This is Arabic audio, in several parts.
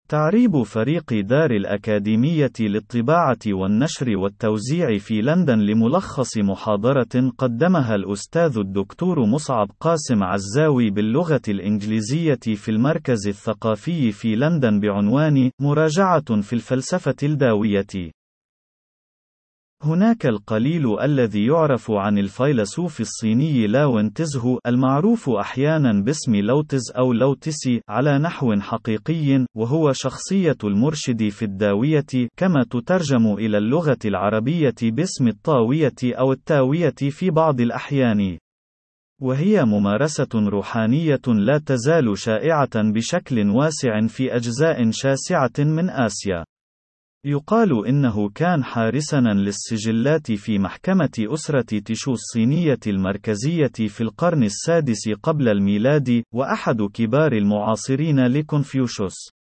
تعريب فريق دار الأكاديمية للطباعة والنشر والتوزيع في لندن لملخص محاضرة قدمها الأستاذ الدكتور مصعب قاسم عزاوي باللغة الإنجليزية في المركز الثقافي في لندن بعنوان مراجعة في الفلسفة الداوية. هناك القليل الذي يعرف عن الفيلسوف الصيني لاو تزه، المعروف أحيانا باسم لوتز أو لوتسي، على نحو حقيقي، وهو شخصية المرشد في الداوية، كما تترجم إلى اللغة العربية باسم الطاوية أو التاوية في بعض الأحيان. وهي ممارسة روحانية لا تزال شائعة بشكل واسع في أجزاء شاسعة من آسيا. يقال إنه كان حارساً للسجلات في محكمة أسرة تيشو الصينية المركزية في القرن السادس قبل الميلاد، وأحد كبار المعاصرين لكونفوشيوس.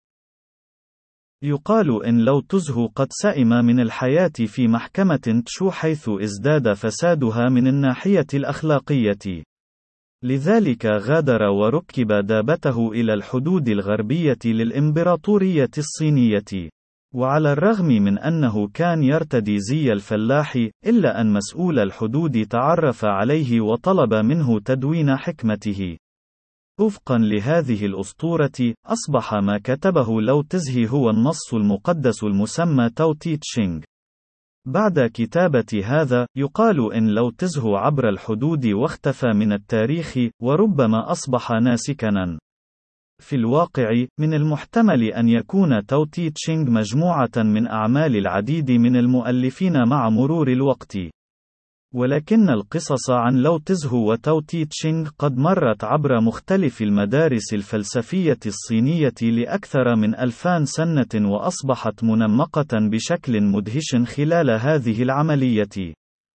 يقال إن لو تزه قد سئم من الحياة في محكمة تشو حيث ازداد فسادها من الناحية الأخلاقية. لذلك غادر وركب دابته إلى الحدود الغربية للإمبراطورية الصينية. وعلى الرغم من أنه كان يرتدي زي الفلاح، إلا أن مسؤول الحدود تعرف عليه وطلب منه تدوين حكمته. وفقا لهذه الأسطورة، أصبح ما كتبه لو تزه هو النص المقدس المسمى تاو تي تشينغ. بعد كتابة هذا، يقال إن لو تزه عبر الحدود واختفى من التاريخ، وربما أصبح ناسكاً. في الواقع، من المحتمل أن يكون تاو تي تشينغ مجموعة من أعمال العديد من المؤلفين مع مرور الوقت. ولكن القصص عن لو تزه وتاو تي تشينغ قد مرت عبر مختلف المدارس الفلسفية الصينية لأكثر من 2000 سنة، وأصبحت منمقة بشكل مدهش خلال هذه العملية.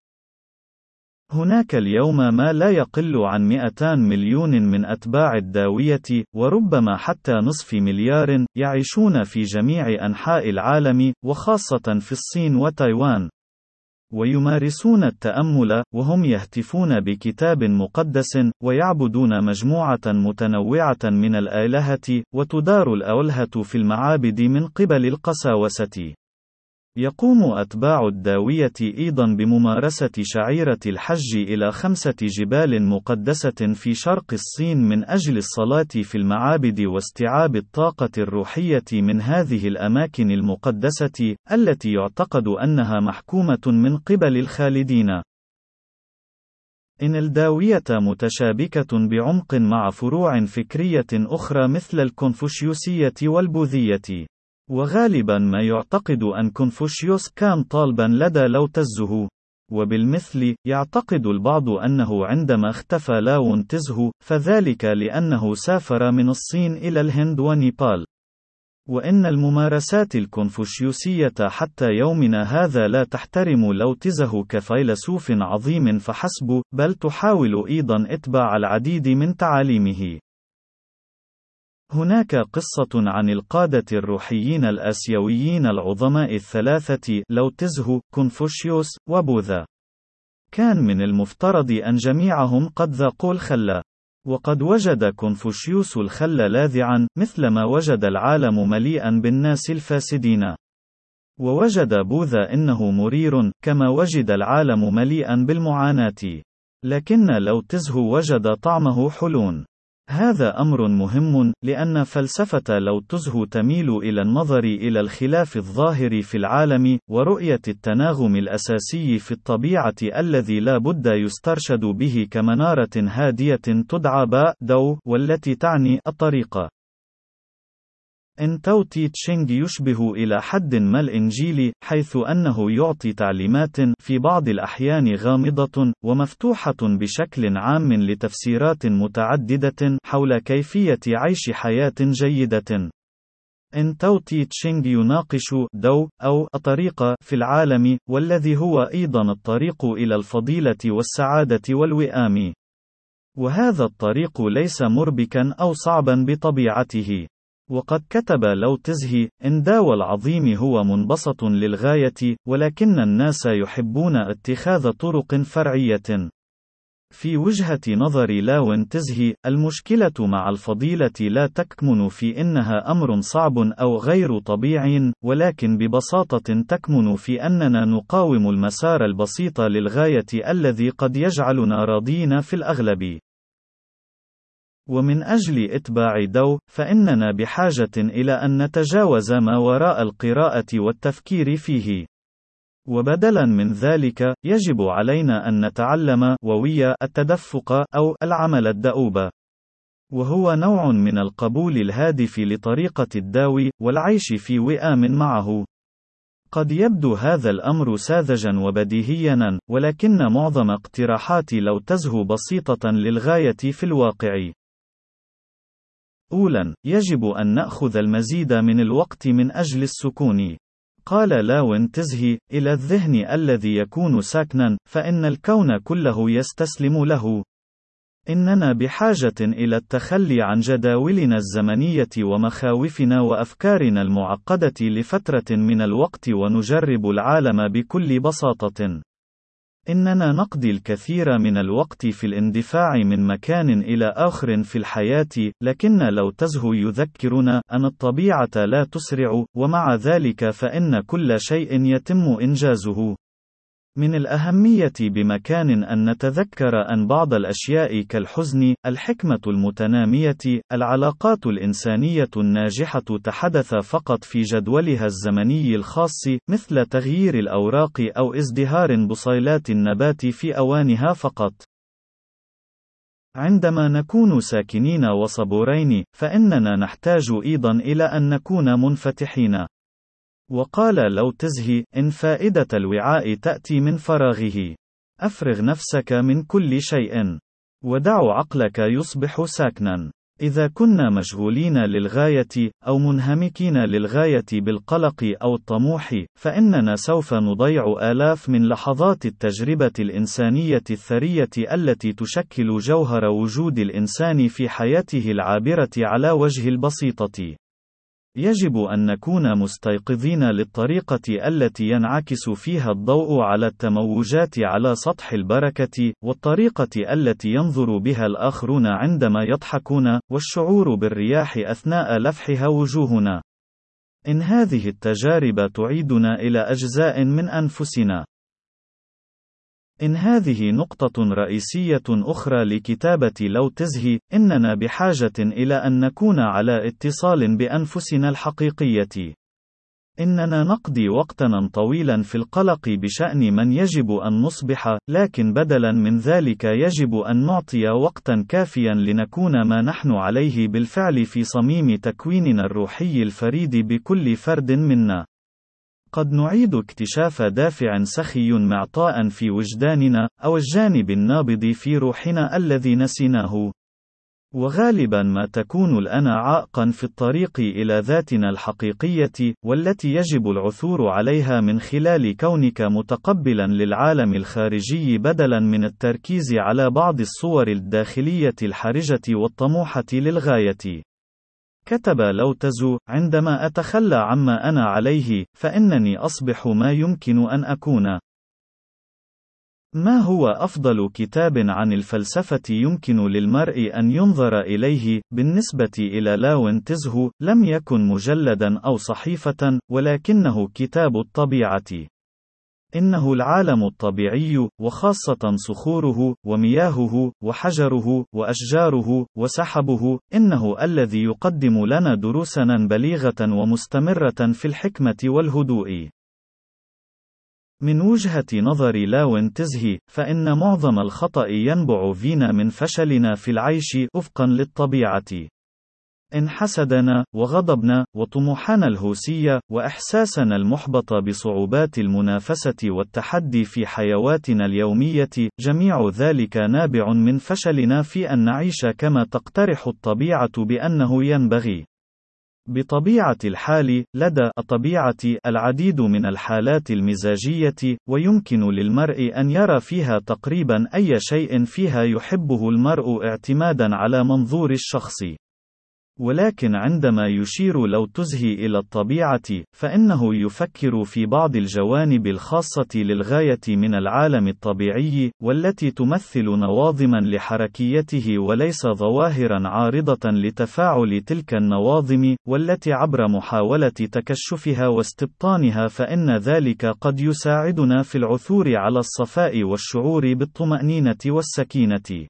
هناك اليوم ما لا يقل عن 200 مليون من أتباع الداوية، وربما حتى نصف مليار، يعيشون في جميع أنحاء العالم، وخاصة في الصين وتايوان. ويمارسون التأمل، وهم يهتفون بكتاب مقدس، ويعبدون مجموعة متنوعة من الآلهة، وتدار الأولهة في المعابد من قبل القساوسة. يقوم أتباع الداوية أيضا بممارسة شعيرة الحج إلى 5 جبال مقدسة في شرق الصين من أجل الصلاة في المعابد واستيعاب الطاقة الروحية من هذه الأماكن المقدسة، التي يعتقد أنها محكومة من قبل الخالدين. إن الداوية متشابكة بعمق مع فروع فكرية أخرى مثل الكونفوشيوسية والبوذية. وغالبا ما يعتقد أن كونفوشيوس كان طالبا لدى لو تزه. وبالمثل، يعتقد البعض أنه عندما اختفى لاو تزه، فذلك لأنه سافر من الصين إلى الهند ونيبال. وإن الممارسات الكونفوشيوسية حتى يومنا هذا لا تحترم لو تزه كفيلسوف عظيم فحسب، بل تحاول أيضا إتباع العديد من تعاليمه. هناك قصة عن القادة الروحيين الآسيويين العظماء الثلاثة لو تزه، كونفوشيوس، وبوذا. كان من المفترض أن جميعهم قد ذاقوا الخل. وقد وجد كونفوشيوس الخل لاذعا، مثلما وجد العالم مليئا بالناس الفاسدين. ووجد بوذا إنه مرير، كما وجد العالم مليئا بالمعاناة. لكن لو تزه وجد طعمه حلون. هذا أمر مهم، لأن فلسفة لو تزه تميل إلى النظر إلى الخلاف الظاهر في العالم، ورؤية التناغم الأساسي في الطبيعة الذي لا بد يسترشد به كمنارة هادية تدعى دو، والتي تعني الطريقة. إن تاو تي تشينغ يشبه إلى حد ما الإنجيل، حيث أنه يعطي تعليمات في بعض الأحيان غامضة، ومفتوحة بشكل عام لتفسيرات متعددة حول كيفية عيش حياة جيدة. إن تاو تي تشينغ يناقش دو أو الطريقة في العالم، والذي هو أيضا الطريق إلى الفضيلة والسعادة والوئام. وهذا الطريق ليس مربكا أو صعبا بطبيعته. وقد كتب لو تزه: إن داو العظيم هو منبسط للغاية، ولكن الناس يحبون اتخاذ طرق فرعية. في وجهة نظر لاونتزهي، المشكلة مع الفضيلة لا تكمن في إنها أمر صعب أو غير طبيعي، ولكن ببساطة تكمن في أننا نقاوم المسار البسيط للغاية الذي قد يجعلنا راضين في الأغلب. ومن أجل إتباع دو، فإننا بحاجة إلى أن نتجاوز ما وراء القراءة والتفكير فيه. وبدلاً من ذلك، يجب علينا أن نتعلم التدفق أو العمل الدؤوب. وهو نوع من القبول الهادف لطريقة الداوي، والعيش في وئام معه. قد يبدو هذا الأمر ساذجاً وبديهياً، ولكن معظم اقتراحات لاوتزه بسيطة للغاية في الواقع. أولاً، يجب أن نأخذ المزيد من الوقت من أجل السكون. قال لاونتزهي: إلى الذهن الذي يكون ساكناً، فإن الكون كله يستسلم له. إننا بحاجة إلى التخلي عن جداولنا الزمنية ومخاوفنا وأفكارنا المعقدة لفترة من الوقت ونجرب العالم بكل بساطة. إننا نقضي الكثير من الوقت في الاندفاع من مكان إلى آخر في الحياة، لكن لاوتزه يذكرنا أن الطبيعة لا تسرع، ومع ذلك فإن كل شيء يتم إنجازه. من الأهمية بمكان أن نتذكر أن بعض الأشياء كالحزن، الحكمة المتنامية، العلاقات الإنسانية الناجحة تحدث فقط في جدولها الزمني الخاص، مثل تغيير الأوراق أو ازدهار بصيلات النبات في أوانها فقط. عندما نكون ساكنين وصبورين، فإننا نحتاج أيضا إلى أن نكون منفتحين. وقال لاوتزهي: إن فائدة الوعاء تأتي من فراغه. أفرغ نفسك من كل شيء. ودع عقلك يصبح ساكنا. إذا كنا مشغولين للغاية، أو منهمكين للغاية بالقلق أو الطموح، فإننا سوف نضيع آلاف من لحظات التجربة الإنسانية الثرية التي تشكل جوهر وجود الإنسان في حياته العابرة على وجه البسيطة. يجب أن نكون مستيقظين للطريقة التي ينعكس فيها الضوء على التموجات على سطح البركة، والطريقة التي ينظر بها الآخرون عندما يضحكون، والشعور بالرياح أثناء لفحها وجوهنا. إن هذه التجارب تعيدنا إلى أجزاء من أنفسنا. إن هذه نقطة رئيسية أخرى لكتابة لاوتزهي، إننا بحاجة إلى أن نكون على اتصال بأنفسنا الحقيقية. إننا نقضي وقتنا طويلا في القلق بشأن من يجب أن نصبح، لكن بدلا من ذلك يجب أن نعطي وقتا كافيا لنكون ما نحن عليه بالفعل في صميم تكويننا الروحي الفريد بكل فرد منا. قد نعيد اكتشاف دافع سخي معطاء في وجداننا، أو الجانب النابض في روحنا الذي نسيناه. وغالبا ما تكون الأنا عائقا في الطريق إلى ذاتنا الحقيقية، والتي يجب العثور عليها من خلال كونك متقبلا للعالم الخارجي بدلا من التركيز على بعض الصور الداخلية الحرجة والطموحة للغاية. كتب لاوتزو: عندما أتخلى عما أنا عليه، فإنني أصبح ما يمكن أن أكون. ما هو أفضل كتاب عن الفلسفة يمكن للمرء أن ينظر إليه؟ بالنسبة إلى لاونتزه، لم يكن مجلدا أو صحيفة، ولكنه كتاب الطبيعة. إنه العالم الطبيعي، وخاصة صخوره، ومياهه، وحجره، وأشجاره، وسحبه. إنه الذي يقدم لنا دروسنا بليغة ومستمرة في الحكمة والهدوء. من وجهة نظر لاونتزهي، فإن معظم الخطأ ينبع فينا من فشلنا في العيش وفقا للطبيعة. إن حسدنا، وغضبنا، وطموحنا الهوسية، وإحساسنا المحبط بصعوبات المنافسة والتحدي في حيواتنا اليومية، جميع ذلك نابع من فشلنا في أن نعيش كما تقترح الطبيعة بأنه ينبغي. بطبيعة الحال، لدى الطبيعة العديد من الحالات المزاجية، ويمكن للمرء أن يرى فيها تقريبا أي شيء فيها يحبه المرء اعتمادا على منظور الشخص. ولكن عندما يشير لو تزهي إلى الطبيعة، فإنه يفكر في بعض الجوانب الخاصة للغاية من العالم الطبيعي، والتي تمثل نواظما لحركيته وليس ظواهرا عارضة لتفاعل تلك النواظم، والتي عبر محاولة تكشفها واستبطانها فإن ذلك قد يساعدنا في العثور على الصفاء والشعور بالطمأنينة والسكينة.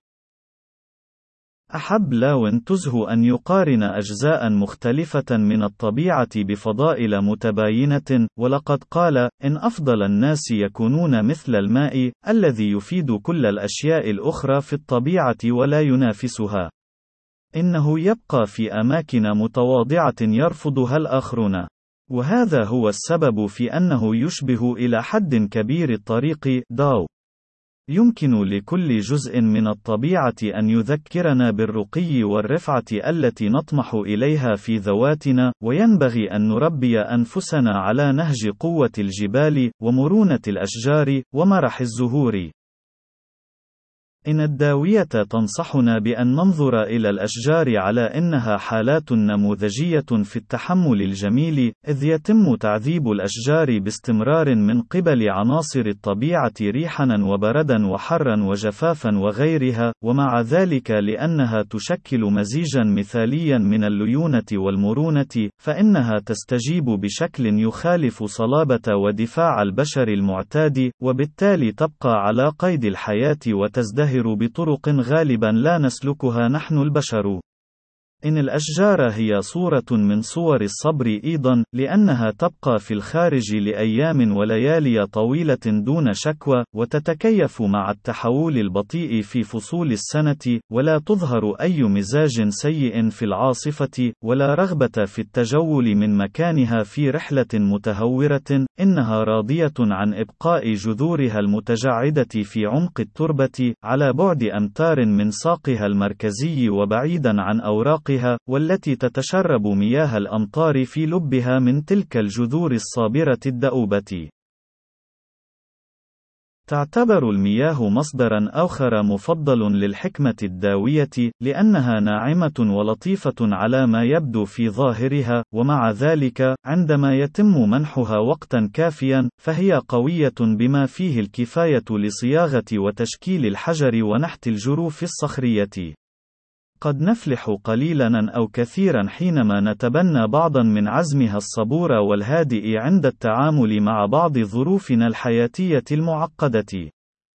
أحب لاون تزهو أن يقارن أجزاء مختلفة من الطبيعة بفضائل متباينة، ولقد قال: إن أفضل الناس يكونون مثل الماء، الذي يفيد كل الأشياء الأخرى في الطبيعة ولا ينافسها. إنه يبقى في أماكن متواضعة يرفضها الآخرون. وهذا هو السبب في أنه يشبه إلى حد كبير الطريق داو. يمكن لكل جزء من الطبيعة أن يذكرنا بالرقي والرفعة التي نطمح إليها في ذواتنا، وينبغي أن نربي أنفسنا على نهج قوة الجبال، ومرونة الأشجار، ومرح الزهور. إن الداوية تنصحنا بأن ننظر إلى الأشجار على أنها حالات نموذجية في التحمل الجميل، إذ يتم تعذيب الأشجار باستمرار من قبل عناصر الطبيعة ريحًا وبردًا وحرًا وجفافًا وغيرها، ومع ذلك لأنها تشكل مزيجًا مثاليًا من الليونة والمرونة، فإنها تستجيب بشكل يخالف صلابة ودفاع البشر المعتاد، وبالتالي تبقى على قيد الحياة وتزدهر بطرق غالبا لا نسلكها نحن البشر. إن الأشجار هي صورة من صور الصبر أيضا، لأنها تبقى في الخارج لأيام وليالي طويلة دون شكوى، وتتكيف مع التحول البطيء في فصول السنة، ولا تظهر أي مزاج سيء في العاصفة، ولا رغبة في التجول من مكانها في رحلة متهورة. إنها راضية عن إبقاء جذورها المتجعدة في عمق التربة، على بعد أمتار من ساقها المركزي وبعيدا عن أوراقها، والتي تتشرب مياه الأمطار في لبها من تلك الجذور الصابرة الدؤوبة. تعتبر المياه مصدرًا آخر مفضل للحكمة الداوية، لأنها ناعمة ولطيفة على ما يبدو في ظاهرها، ومع ذلك، عندما يتم منحها وقتًا كافيًا، فهي قوية بما فيه الكفاية لصياغة وتشكيل الحجر ونحت الجروف الصخرية. قد نفلح قليلاً أو كثيراً حينما نتبنى بعضاً من عزمها الصبور والهادئ عند التعامل مع بعض ظروفنا الحياتية المعقدة.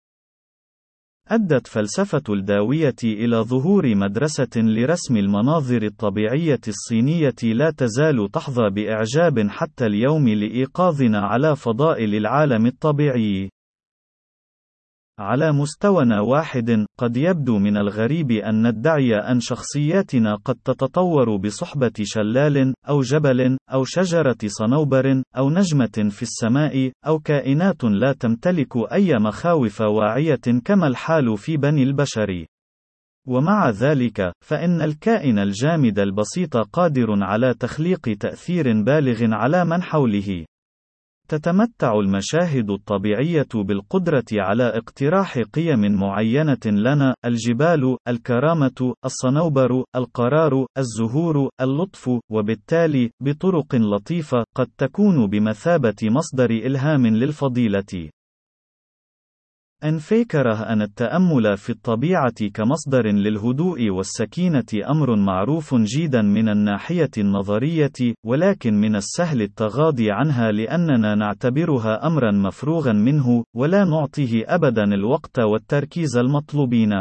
أدت فلسفة الداوية إلى ظهور مدرسة لرسم المناظر الطبيعية الصينية لا تزال تحظى بإعجاب حتى اليوم لإيقاظنا على فضائل العالم الطبيعي. على مستوى واحد، قد يبدو من الغريب أن ندعي أن شخصياتنا قد تتطور بصحبة شلال، أو جبل، أو شجرة صنوبر، أو نجمة في السماء، أو كائنات لا تمتلك أي مخاوف واعية كما الحال في بني البشر. ومع ذلك، فإن الكائن الجامد البسيط قادر على تخليق تأثير بالغ على من حوله. تتمتع المشاهد الطبيعية بالقدرة على اقتراح قيم معينة لنا: الجبال، الكرامة، الصنوبر، القرار، الزهور، اللطف، وبالتالي، بطرق لطيفة، قد تكون بمثابة مصدر إلهام للفضيلة. أن فكره أن التأمل في الطبيعة كمصدر للهدوء والسكينة أمر معروف جدا من الناحية النظرية، ولكن من السهل التغاضي عنها لأننا نعتبرها أمرا مفروغا منه، ولا نعطيه أبدا الوقت والتركيز المطلوبين.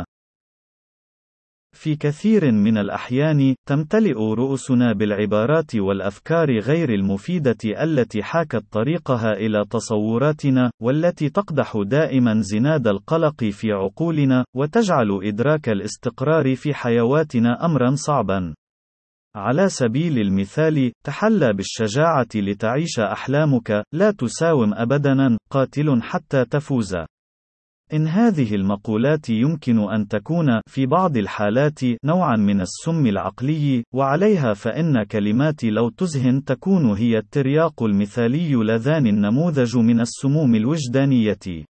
في كثير من الأحيان، تمتلئ رؤوسنا بالعبارات والأفكار غير المفيدة التي حاكت طريقها إلى تصوراتنا، والتي تقدح دائما زناد القلق في عقولنا، وتجعل إدراك الاستقرار في حيواتنا أمرا صعبا. على سبيل المثال، تحلى بالشجاعة لتعيش أحلامك، لا تساوم أبدا، قاتل حتى تفوز. إن هذه المقولات يمكن أن تكون في بعض الحالات نوعا من السم العقلي، وعليها فإن كلمات لو تزهن تكون هي الترياق المثالي لذان النموذج من السموم الوجدانية.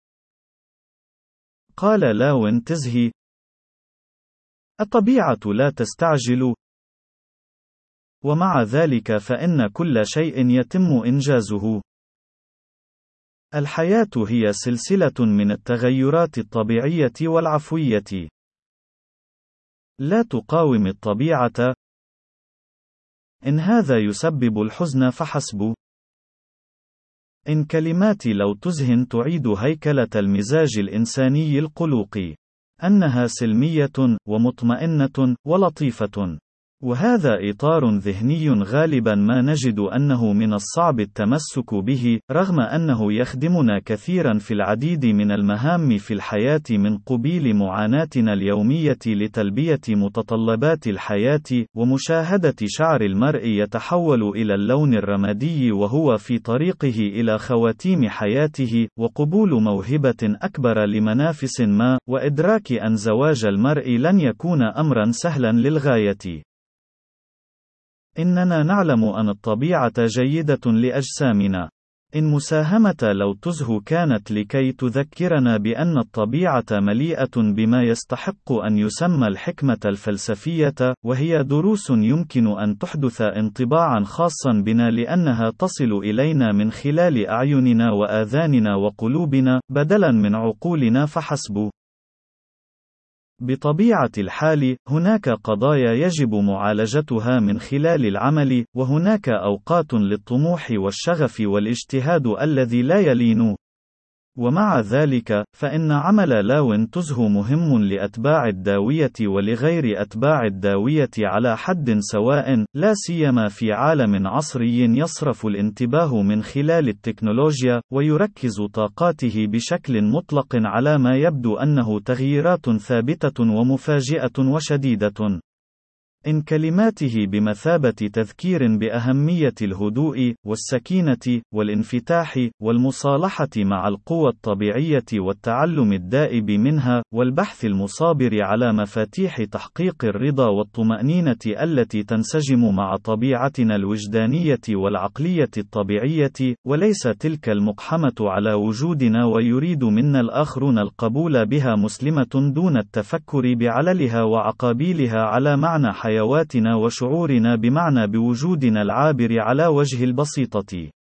قال لاون تزهي: الطبيعة لا تستعجل، ومع ذلك فإن كل شيء يتم إنجازه. الحياة هي سلسلة من التغيرات الطبيعية والعفوية. لا تقاوم الطبيعة. إن هذا يسبب الحزن فحسب. إن كلماتي لو تزهن تعيد هيكلة المزاج الإنساني القلوق. أنها سلمية، ومطمئنة، ولطيفة. وهذا إطار ذهني غالبا ما نجد أنه من الصعب التمسك به، رغم أنه يخدمنا كثيرا في العديد من المهام في الحياة، من قبيل معاناتنا اليومية لتلبية متطلبات الحياة، ومشاهدة شعر المرء يتحول إلى اللون الرمادي وهو في طريقه إلى خواتيم حياته، وقبول موهبة أكبر لمنافس ما، وإدراك أن زواج المرء لن يكون أمرا سهلا للغاية. إننا نعلم أن الطبيعة جيدة لأجسامنا. إن مساهمة لو تزهو كانت لكي تذكرنا بأن الطبيعة مليئة بما يستحق أن يسمى الحكمة الفلسفية، وهي دروس يمكن أن تحدث انطباعا خاصا بنا لأنها تصل إلينا من خلال أعيننا وآذاننا وقلوبنا، بدلا من عقولنا فحسب. بطبيعة الحال، هناك قضايا يجب معالجتها من خلال العمل، وهناك أوقات للطموح والشغف والاجتهاد الذي لا يلين. ومع ذلك، فإن عمل لاو تزهو مهم لأتباع الداوية ولغير أتباع الداوية على حد سواء، لا سيما في عالم عصري يصرف الانتباه من خلال التكنولوجيا، ويركز طاقاته بشكل مطلق على ما يبدو أنه تغييرات ثابتة ومفاجئة وشديدة. إن كلماته بمثابة تذكير بأهمية الهدوء، والسكينة، والانفتاح، والمصالحة مع القوى الطبيعية والتعلم الدائب منها، والبحث المصابر على مفاتيح تحقيق الرضا والطمأنينة التي تنسجم مع طبيعتنا الوجدانية والعقلية الطبيعية، وليس تلك المقحمة على وجودنا ويريد منا الآخرون القبول بها مسلمة دون التفكر بعللها وعقابيلها على معنى حيواتنا وشعورنا بمعنى بوجودنا العابر على وجه البسيطة.